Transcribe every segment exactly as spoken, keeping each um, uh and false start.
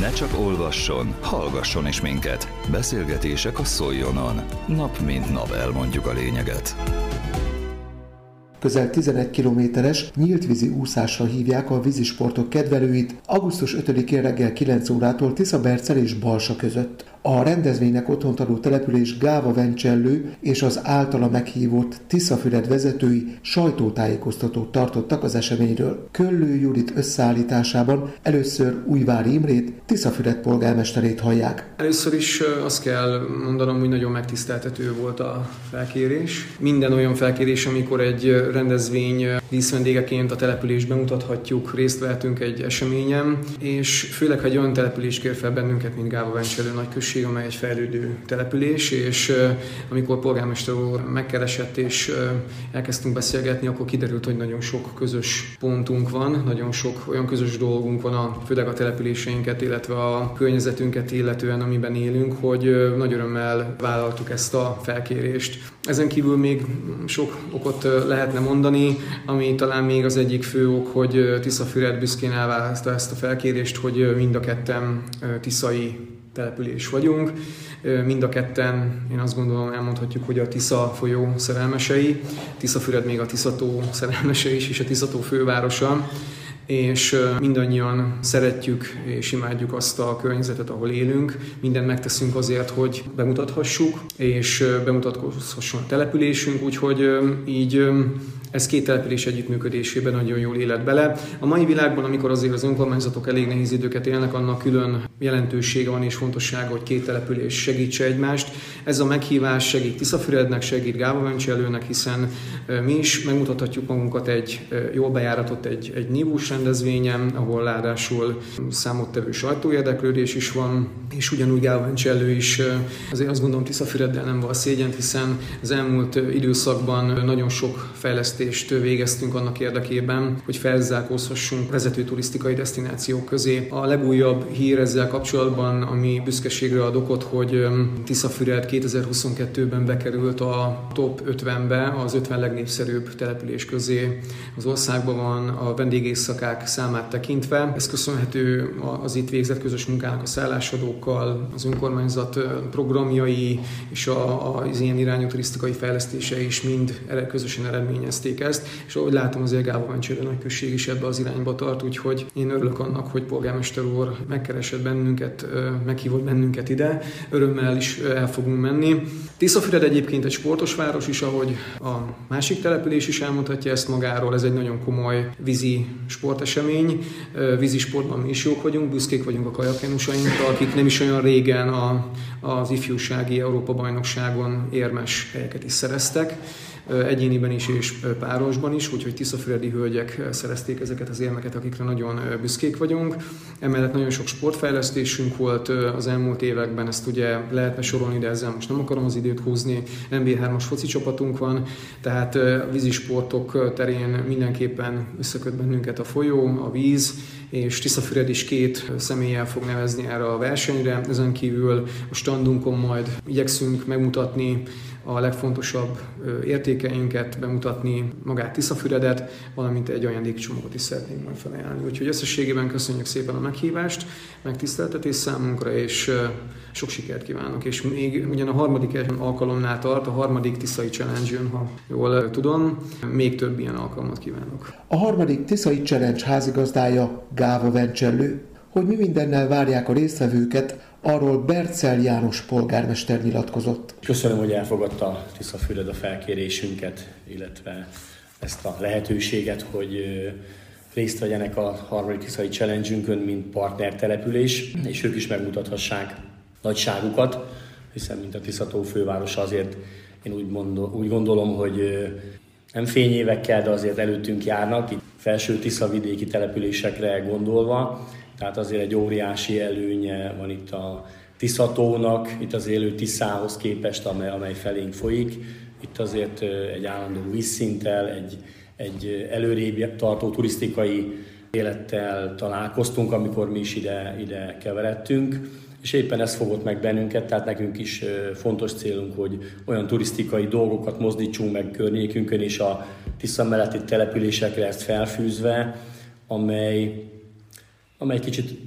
Ne csak olvasson, hallgasson is minket. Beszélgetések a Szoljonon. Nap mint nap elmondjuk a lényeget. Közel tizenegy kilométeres nyíltvízi úszásra hívják a vízisportok kedvelőit augusztus ötödikén reggel kilenc órától Tiszabercel és Balsa között. A rendezvénynek otthont adó település Gáva-Vencsellő és az általa meghívott Tiszafüred vezetői sajtótájékoztatót tartottak az eseményről. Köllő Judit összeállításában először Újvári Imrét, Tiszafüred polgármesterét hallják. Először is azt kell mondanom, hogy nagyon megtiszteltető volt a felkérés. Minden olyan felkérés, amikor egy rendezvény díszvendégeként a települést bemutathatjuk, részt vehetünk egy eseményen, és főleg, ha egy olyan település kér fel bennünket, mint Gáva-Vencsellő nagyközség, amely egy fejlődő település, és amikor polgármester úr megkeresett és elkezdtünk beszélgetni, akkor kiderült, hogy nagyon sok közös pontunk van, nagyon sok olyan közös dolgunk van, a, főleg a településeinket, illetve a környezetünket illetően, amiben élünk, hogy nagy örömmel vállaltuk ezt a felkérést. Ezen kívül még sok okot lehetne mondani, ami talán még az egyik fő ok, hogy Tiszafüred büszkén elvállalta ezt a felkérést, hogy mind a ketten tiszai település vagyunk. Mind a ketten, én azt gondolom, elmondhatjuk, hogy a Tisza folyó szerelmesei, Tiszafüred még a Tiszató szerelmese is, és a Tiszató fővárosa, és mindannyian szeretjük és imádjuk azt a környezetet, ahol élünk. Mindent megteszünk azért, hogy bemutathassuk, és bemutatkozhasson a településünk, úgyhogy így ez két település együttműködésében nagyon jól élet bele. A mai világban, amikor azért az önkormányzatok elég nehéz időket élnek, annak külön jelentősége van és fontossága, hogy két település segítse egymást. Ez a meghívás segít Tiszafürednek, segít Gáva-Vencsellőnek, hiszen mi is megmutathatjuk magunkat egy jól bejáratott, egy, egy nívós rendezvényen, ahol ráadásul számottevő sajtóérdeklődés is van, és ugyanúgy Gáva-Vencsellő is. Azért azt gondolom, Tiszafüreddel nem val szégyent, hiszen az elmúlt időszakban nagyon sok fejlesztés végeztünk annak érdekében, hogy felzárkózhassunk vezető turisztikai desztinációk közé. A legújabb hír ezzel kapcsolatban, ami büszkeségre ad okot, hogy Tiszafüred kétezer-huszonkettőben bekerült a top ötvenbe, az ötven legnépszerűbb település közé az országban van a vendégészakák számát tekintve. Ez köszönhető az itt végzett közös munkának a szállásadókkal, az önkormányzat programjai és az ilyen irányú turisztikai fejlesztése is mind közösen eredményezték ezt, és ahogy látom, azért Gáva-Vencsellő nagyközség is ebbe az irányba tart, úgyhogy én örülök annak, hogy polgármester úr megkeresett bennünket, meghívott bennünket ide, örömmel is el fogunk menni. Tiszafüred egyébként egy sportos város is, ahogy a másik település is elmondhatja ezt magáról, ez egy nagyon komoly vízi sportesemény, vízi sportban mi is jók vagyunk, büszkék vagyunk a kajakenusainkra, akik nem is olyan régen a, az ifjúsági Európa-bajnokságon érmes helyeket is szereztek, egyéniben is és párosban is, úgyhogy tiszafüredi hölgyek szerezték ezeket az érmeket, akikre nagyon büszkék vagyunk. Emellett nagyon sok sportfejlesztésünk volt az elmúlt években, ezt ugye lehetne sorolni, de ezzel most nem akarom az időt húzni. em bé hármas foci csapatunk van, tehát a vízisportok terén mindenképpen összeköt bennünket a folyó, a víz, és Tiszafüred is két személlyel fog nevezni erre a versenyre. Ezen kívül a standunkon majd igyekszünk megmutatni a legfontosabb értékeinket, bemutatni magát Tiszafüredet, valamint egy ajándékcsomagot is szeretnénk majd felajánlani. Úgyhogy összességében köszönjük szépen a meghívást, megtiszteltetés számunkra, és sok sikert kívánok. És még ugyan a harmadik alkalomnál tart, a harmadik Tiszai Challenge jön, ha jól tudom, még több ilyen alkalmat kívánok. A harmadik Tiszai Challenge házigazdája Gáva-Vencsellő. Hogy mi mindennel várják a résztvevőket, arról Bercel János polgármester nyilatkozott. Köszönöm, hogy elfogadta Tiszafüred a felkérésünket, illetve ezt a lehetőséget, hogy részt vegyenek a harmadik Tiszai Challenge-ünkön, mint partnertelepülés, és ők is megmutathassák nagyságukat, hiszen mint a Tiszató fővárosa azért én úgy, mondom, úgy gondolom, hogy nem fényévekkel, de azért előttünk járnak, itt felső tiszavidéki településekre gondolva, tehát azért egy óriási előnye van itt a Tiszatónak, itt az élő Tiszához képest, amely, amely felénk folyik. Itt azért egy állandó vízszinttel, egy, egy előrébb tartó turisztikai élettel találkoztunk, amikor mi is ide, ide keveredtünk. És éppen ez fogott meg bennünket, tehát nekünk is fontos célunk, hogy olyan turisztikai dolgokat mozdítsunk meg környékünkön és a Tisza melletti településekre ezt felfűzve, amely, amely kicsit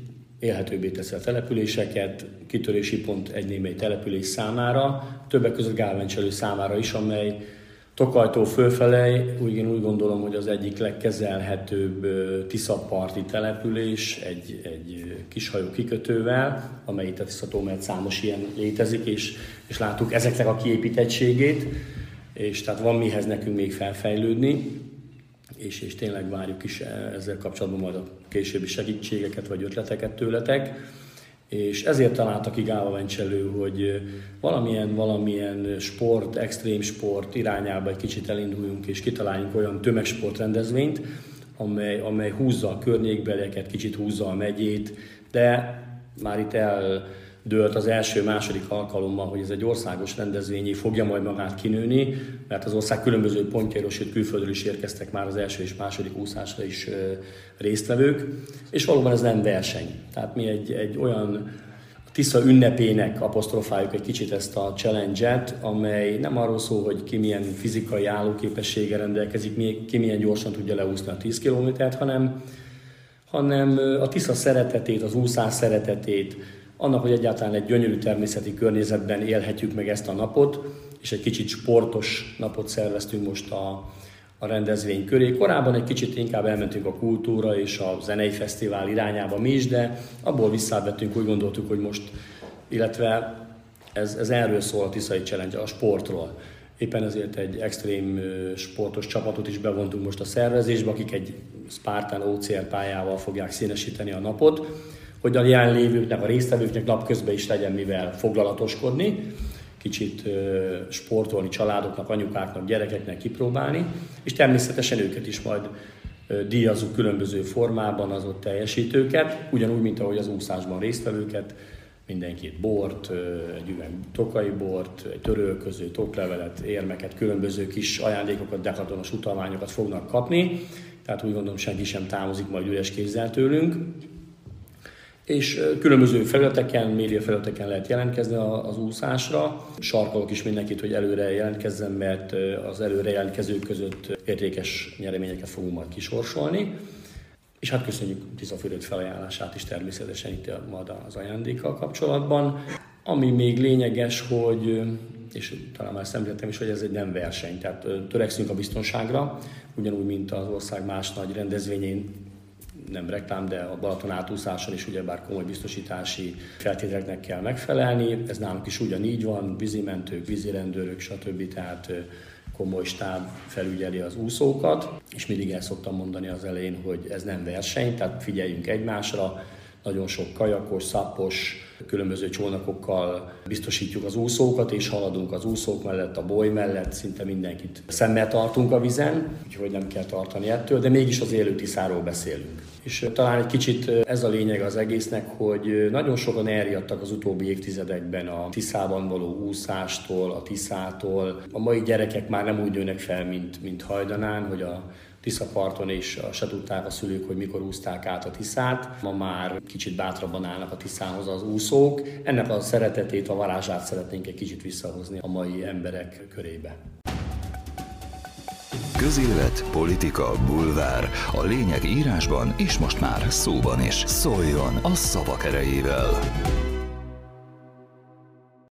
élhetőbbé teszi a településeket, kitörési pont egy némely település számára, többek között Gálvencselő számára is, amely Tokajtól fölfele, úgy, én úgy gondolom, hogy az egyik legkezelhetőbb tiszaparti település, egy, egy kishajó kikötővel, amely itt a Tiszató mellett számos ilyen létezik, és, és láttuk ezeknek a kiépítettségét, és tehát van mihez nekünk még felfejlődni, és, és tényleg várjuk is ezzel kapcsolatban majd a későbbi segítségeket vagy ötleteket tőletek. És ezért találta ki Gáva-Vencselő, hogy valamilyen, valamilyen sport, extrém sport irányába egy kicsit elinduljunk, és kitaláljunk olyan tömegsportrendezvényt, amely, amely húzza a környékbelieket, kicsit húzza a megyét, de már itt eldőlt az első-második alkalommal, hogy ez egy országos rendezvényé fogja majd magát kinőni, mert az ország különböző pontjairól, sőt külföldről is érkeztek már az első és második úszásra is résztvevők, és valóban ez nem verseny. Tehát mi egy, egy olyan Tisza ünnepének apostrofáljuk egy kicsit ezt a challenge-et, amely nem arról szól, hogy ki milyen fizikai állóképességgel rendelkezik, ki milyen gyorsan tudja leúszni a tíz kilométert, hanem, hanem a Tisza szeretetét, az úszás szeretetét, annak, hogy egyáltalán egy gyönyörű természeti környezetben élhetjük meg ezt a napot, és egy kicsit sportos napot szerveztünk most a, a rendezvény köré. Korábban egy kicsit inkább elmentünk a kultúra és a zenei fesztivál irányába mi is, de abból visszavettünk, úgy gondoltuk, hogy most, illetve ez, ez erről szól a Tiszai Challenge, a sportról. Éppen ezért egy extrém sportos csapatot is bevontunk most a szervezésbe, akik egy Spartan o cé er pályával fogják színesíteni a napot, hogy a jelenlévőknek, a résztvevőknek napközben is legyen mivel foglalatoskodni, kicsit sportolni családoknak, anyukáknak, gyerekeknek kipróbálni, és természetesen őket is majd díjazzuk különböző formában, az ott teljesítőket, ugyanúgy, mint ahogy az úszásban résztvevőket, mindenkit bort, egy üveg tokai bort, egy törölköző, toklevelet, érmeket, különböző kis ajándékokat, dekatonos utalványokat fognak kapni, tehát úgy gondolom, senki sem távozik majd üres kézzel tőlünk. És különböző felületeken, média felületeken lehet jelentkezni az úszásra. Sarkolok is mindenkit, hogy előre jelentkezzen, mert az előre jelentkezők között értékes nyereményeket fogunk majd kisorsolni. És hát köszönjük Tiszafüred felajánlását is természetesen itt majd az ajándékkal kapcsolatban. Ami még lényeges, hogy, és talán már ezt említettem is, hogy ez egy nem verseny, tehát törekszünk a biztonságra, ugyanúgy, mint az ország más nagy rendezvényén, nem reklám, de a Balaton átúszáson is ugyebár komoly biztosítási feltételeknek kell megfelelni. Ez nálunk is ugyanígy van, vízimentők, vízirendőrök, stb. Tehát komoly stáb felügyeli az úszókat, és mindig el szoktam mondani az elején, hogy ez nem verseny, tehát figyeljünk egymásra, nagyon sok kajakos, szappos, különböző csónakokkal biztosítjuk az úszókat, és haladunk az úszók mellett, a boly mellett, szinte mindenkit szemmel tartunk a vizen, úgyhogy nem kell tartani ettől, de mégis az élő Tiszáról beszélünk. És talán egy kicsit ez a lényeg az egésznek, hogy nagyon sokan elriadtak az utóbbi évtizedekben a Tiszában való úszástól, a Tiszától. A mai gyerekek már nem úgy nőnek fel, mint, mint hajdanán, hogy a Tiszaparton, és se tudták a szülők, hogy mikor úszták át a Tiszát. Ma már kicsit bátrabban állnak a Tiszához az úszók. Ennek a szeretetét, a varázsát szeretnénk egy kicsit visszahozni a mai emberek körébe. Közélet, politika, bulvár. A lényeg írásban és most már szóban is. Szóljon a szavak erejével!